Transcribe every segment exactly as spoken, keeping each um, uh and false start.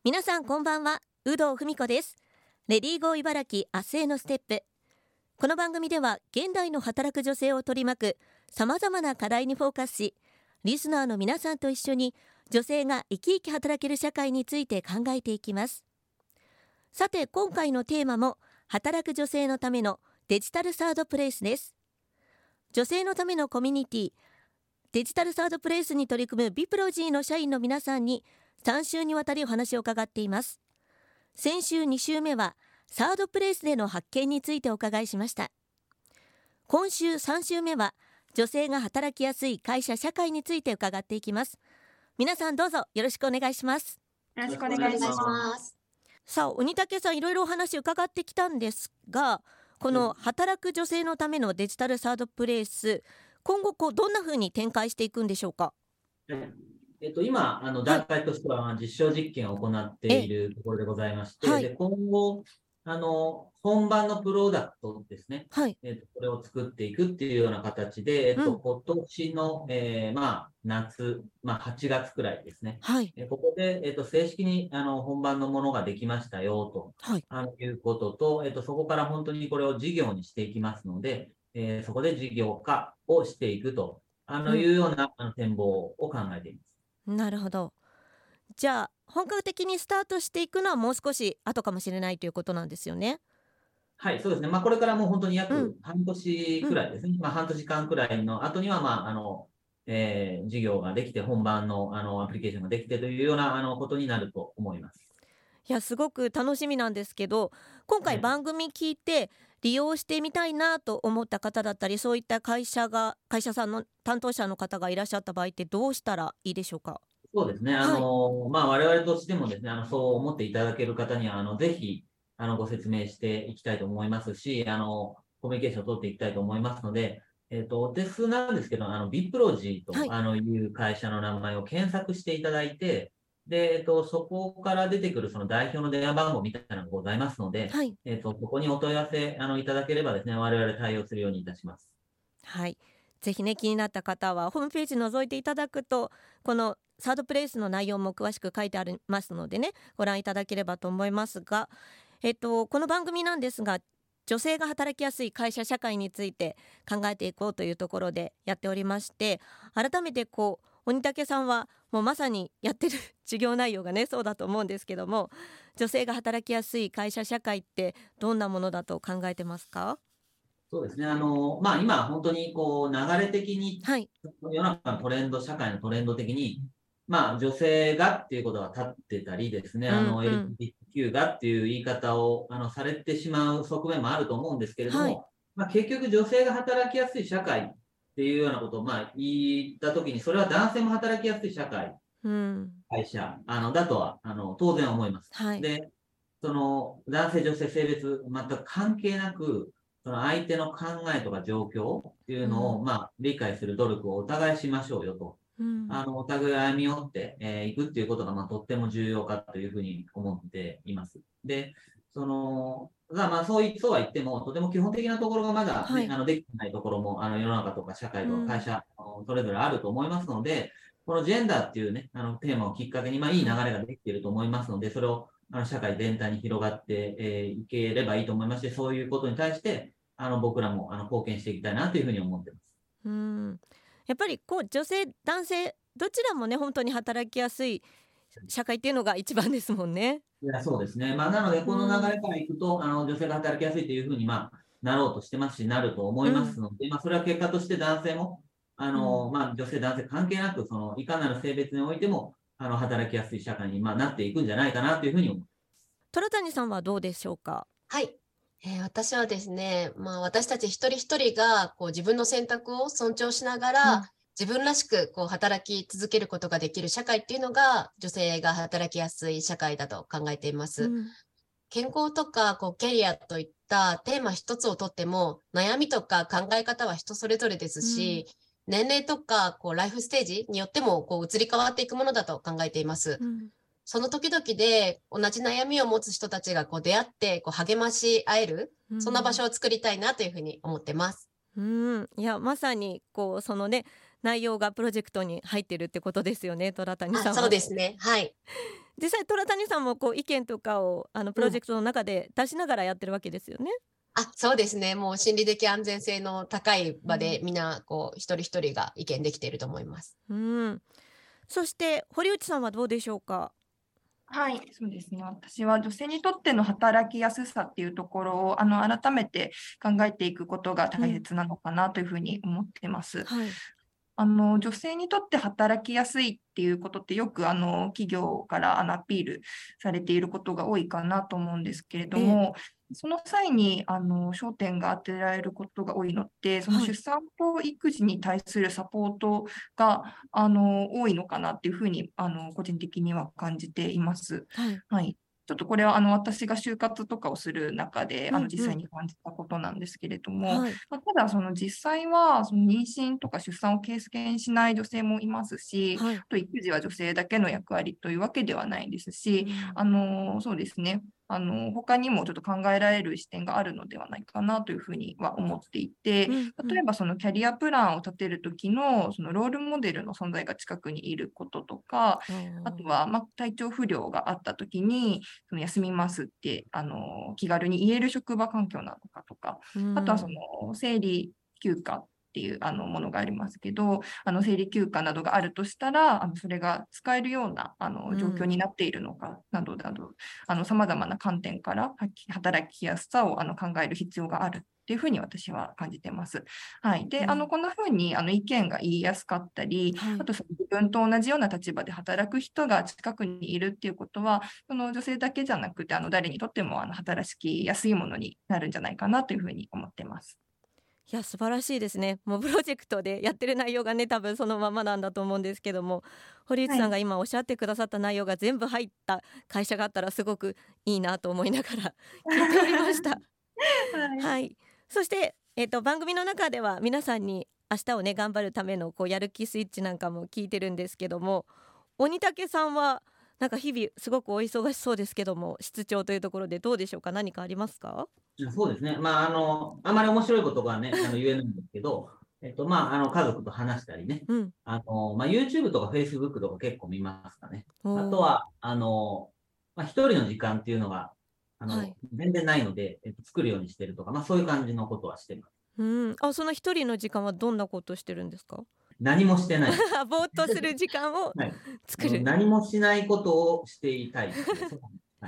皆さんこんばんは、有働文子です。レディーゴー茨城明日へのステップ。この番組では現代の働く女性を取り巻くさまざまな課題にフォーカスし、リスナーの皆さんと一緒に女性が生き生き働ける社会について考えていきます。さて、今回のテーマも働く女性のためのデジタルサードプレイスです。女性のためのコミュニティ、デジタルサードプレイスに取り組むビプロジーの社員の皆さんにさん週にわたりお話を伺っています。先週に週目はサードプレイスでの発見についてお伺いしました。今週さん週目は女性が働きやすい会社社会について伺っていきます。皆さんどうぞよろしくお願いします。 よろしくお願いします。 さあ、鬼武さん、いろいろお話伺ってきたんですが、この働く女性のためのデジタルサードプレイス、今後こうどんな風に展開していくんでしょうか。 はいえっと、今、あの段階としては、はい、実証実験を行っているところでございまして、はい、で今後あの、本番のプロダクトですね、はいえっと、これを作っていくっていうような形で、えっとうん、今年の、えーまあ、夏、まあ、はちがつくらいですね、はいえー、ここで、えっと、正式にあの本番のものができましたよと、はい、あのいうことと、えっと、そこから本当にこれを事業にしていきますので、えー、そこで事業化をしていくとあのいうような、うん、あの展望を考えています。 なるほど。じゃあ本格的にスタートしていくのはもう少し後かもしれないということなんですよね。 はい、そうですね。まあ、これからもう本当に約半年くらいですね。うん、まあ、半年間くらいの後には、まあ、あの、えー、事業ができて、本番の、あの、アプリケーションができてというような、あの、ことになると思います。 いや、すごく楽しみなんですけど、今回番組聞いて利用してみたいなと思った方だったり、そういった会社が、会社さんの担当者の方がいらっしゃった場合ってどうしたらいいでしょうか。 そうですね。あの、はい、まあ、我々としてもですね、あの、そう思っていただける方には、あの、ぜひ、あの、ご説明していきたいと思いますし、あの、コミュニケーションを取っていきたいと思いますので、えっと、お手数なんですけど、あの、ビプロジーと、はい、あの、いう会社の名前を検索していただいて、で、えっと、そこから出てくるその代表の電話番号みたいなのがございますので、はい、えっと、そこにお問い合わせ、あの、いただければですね、我々対応するようにいたします。 はい。ぜひね、気になった方はホームページ覗いていただくと、このサードプレイスの内容も詳しく書いてありますのでね、ご覧いただければと思いますが、えっと、この番組なんですが、女性が働きやすい会社社会について考えていこうというところでやっておりまして、改めてこう鬼武さんはもうまさにやってる授業内容がね、そうだと思うんですけども、女性が働きやすい会社社会ってどんなものだと考えてますか。 そうですね。あの、まあ、今、本当に、こう、流れ的に、はい、世の中のトレンド、社会のトレンド的に、まあ、女性がっていうことが立ってたりですね、うんうん、あの、エルジービーティーキュー がっていう言い方を、あの、されてしまう側面もあると思うんですけれども、はい、まあ、結局、女性が働きやすい社会っていうようなことを、まあ、言ったときに、それは男性も働きやすい社会、うん、会社、あの、だとは、あの、当然思います。はい、で、その、男性、女性、性別、全く関係なく、その相手の考えとか状況っていうのを、うん、まあ、理解する努力をお互いしましょうよと。うん、あの、お互い歩み寄ってい、えー、くっていうことが、まあ、とっても重要かというふうに思っています。で、その、まあ、そうい、そうは言っても、とても基本的なところがまだ、ね、はい、あの、できてないところも、あの、世の中とか社会とか会社、うん、それぞれあると思いますので、このジェンダーっていうね、あの、テーマをきっかけに、まあ、いい流れができていると思いますので、それを、あの、社会全体に広がってい、えー、ければいいと思いまして、そういうことに対して、あの僕らもあの貢献していきたいなというふうに思ってます。 うん、やっぱりこう女性男性どちらもね、本当に働きやすい社会っていうのが一番ですもんね。 いや、そうですね。まあ、なのでこの流れからいくと、うん、あの女性が働きやすいというふうに、まあ、なろうとしてますし、なると思いますので、うん、まあ、それは結果として男性もあの、うん、まあ、女性男性関係なく、そのいかなる性別においてもあの働きやすい社会に、まあ、なっていくんじゃないかなというふうに思います。 虎谷さんはどうでしょうか。 はい、えー、私はですね、まあ、私たち一人一人がこう自分の選択を尊重しながら、うん、自分らしくこう働き続けることができる社会っていうのが女性が働きやすい社会だと考えています。うん、健康とかこうキャリアといったテーマ一つをとっても悩みとか考え方は人それぞれですし、うん、年齢とかこうライフステージによってもこう移り変わっていくものだと考えています。うん、その時々で同じ悩みを持つ人たちがこう出会ってこう励まし合える、うん、そんな場所を作りたいなというふうに思ってます。 うん、いやまさにこうそのね内容がプロジェクトに入ってるってことですよね、虎谷さんは。 あ、そうですね、はい。 実際虎谷さんもこう意見とかをあのプロジェクトの中で出しながらやってるわけですよね。 うん、あ、そうですね。もう心理的安全性の高い場で、みんなこう一人一人が意見できていると思います。 うん、そして堀内さんはどうでしょうか。 はい、そうですね。私は女性にとっての働きやすさっていうところをあの改めて考えていくことが大切なのかなというふうに思ってます。 うん、はい、 あの女性にとって働きやすいっていうことってよくあの企業からあのアピールされていることが多いかなと思うんですけれども、ええ、その際にあの焦点が当てられることが多いのって、その出産と育児に対するサポートが、はい、あの多いのかなっていうふうにあの個人的には感じています。はい、はい、ちょっとこれはあの私が就活とかをする中であの実際に感じたことなんですけれども、うんうん、はい、まあ、ただその実際はその妊娠とか出産を経験しない女性もいますし、はい、あと育児は女性だけの役割というわけではないですし、うん、あのそうですね、あの他にもちょっと考えられる視点があるのではないかなというふうには思っていて、うんうん、例えばそのキャリアプランを立てるときのそのロールモデルの存在が近くにいることとか、うん、あとはまあ体調不良があったときにその休みますってあの気軽に言える職場環境なのかとか、うん、あとはその生理休暇っていうあのものがありますけど、あの生理休暇などがあるとしたら、あのそれが使えるようなあの状況になっているのかなどなど、さまざまな観点から働きやすさをあの考える必要があるっていうふうに私は感じてます。はい、で、うん、あのこんなふうにあの意見が言いやすかったり、はい、あとその自分と同じような立場で働く人が近くにいるっていうことは、その女性だけじゃなくてあの誰にとってもあの働きやすいものになるんじゃないかなというふうに思ってます。 いや素晴らしいですね。もうプロジェクトでやってる内容がね多分そのままなんだと思うんですけども、堀内さんが今おっしゃってくださった内容が全部入った会社があったらすごくいいなと思いながら聞いておりました。はい、はい、そして、えーと、番組の中では皆さんに明日をね頑張るためのこうやる気スイッチなんかも聞いてるんですけども、鬼武さんはなんか日々すごくお忙しそうですけども、室長というところでどうでしょうか。何かありますか？ そうですね。まあ、あの、あまり面白いことがね、あの言えないんですけど、えっと、まあ、あの、家族と話したりね、うん、あの、まあ、YouTube とか Facebook とか結構見ますかね。あとは、あの、まあ、一人の時間っていうのが、あの、はい、全然ないので、えっと、作るようにしてるとか、まあ、そういう感じのことはしてます。 うん、あ、その一人の時間はどんなことしてるんですか？ 何もしてない。 ぼーっとする時間を作る、 はい、何もしないことをしていたい。はい、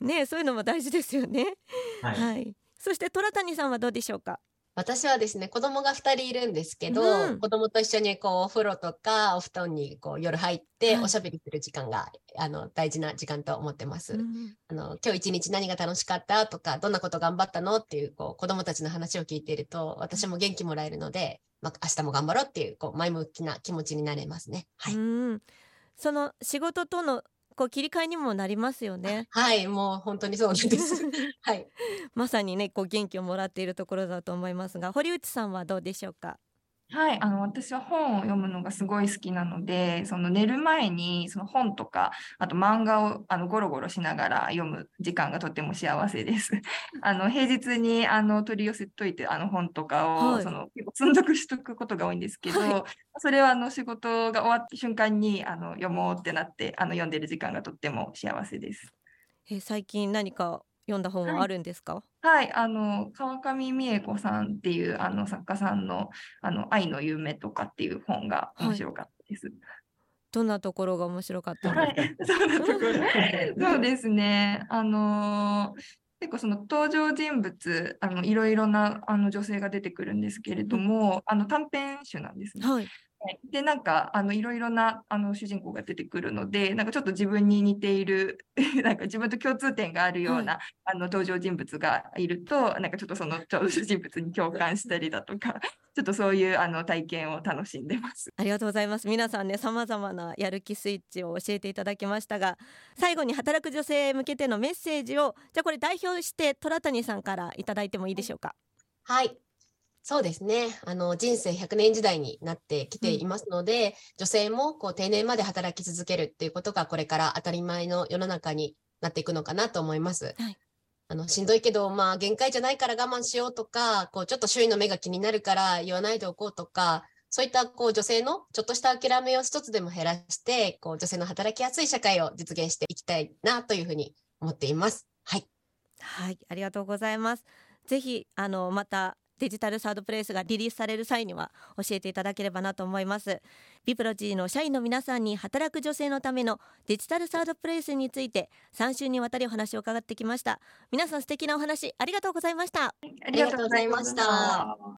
ね、そういうのも大事ですよね。はい、はい、そして虎谷さんはどうでしょうか？ 私はですね、子供がふたりいるんですけど、うん、子供と一緒にこうお風呂とかお布団にこう夜入っておしゃべりする時間が、はい、あの大事な時間と思ってます。うん、あの今日一日何が楽しかったとか、どんなこと頑張ったのっていう、こう子供たちの話を聞いていると私も元気もらえるので、まあ、明日も頑張ろうっていう、こう前向きな気持ちになれますね。はい、うん、 その仕事とのこう切り替えにもなりますよね。 はい、もう本当にそうなんです。はい、 まさにねこう元気をもらっているところだと思いますが、堀内さんはどうでしょうか？ はい、あの私は本を読むのがすごい好きなので、その寝る前にその本とかあと漫画をあのゴロゴロしながら読む時間がとても幸せです。あの平日にあの取り寄せといてあの本とかを、はい、その結構積んどくしとくことが多いんですけど、はい、それはあの仕事が終わった瞬間にあの読もうってなってあの読んでる時間がとっても幸せです。 え最近何か読んだ本はあるんですか？ はい、はい、あの川上美恵子さんっていうあの作家さんの「あの愛の夢」とかっていう本が面白かったです。はい、 どんなところが面白かったの？ はい、そんなところそうですね。あの結構その登場人物あのいろいろなあの女性が出てくるんですけれども、うん、あの短編集なんですね。はい、でなんかあのいろいろなあの主人公が出てくるので、なんかちょっと自分に似ているなんか自分と共通点があるような、はい、あの登場人物がいると、なんかちょっとその登場人物に共感したりだとかちょっとそういうあの体験を楽しんでます。 ありがとうございます。皆さんね、さまざまなやる気スイッチを教えていただきましたが、最後に働く女性へ向けてのメッセージをじゃあこれ代表して虎谷さんからいただいてもいいでしょうか？ はい、そうですね。あの人生ひゃくねん時代になってきていますので、うん、女性もこう定年まで働き続けるっていうことがこれから当たり前の世の中になっていくのかなと思います。はい、あのしんどいけど、まあ、限界じゃないから我慢しようとか、こうちょっと周囲の目が気になるから言わないでおこうとか、 そういったこう女性のちょっとした諦めを一つでも減らして、こう女性の働きやすい社会を実現していきたいなというふうに思っています。はい、 はい、ありがとうございます。ぜひあのまたデジタルサードプレイスがリリースされる際には教えていただければなと思います。ビプロジーの社員の皆さんに働く女性のためのデジタルサードプレイスについてさん週にわたりお話を伺ってきました。皆さん素敵なお話ありがとうございました。 ありがとうございました。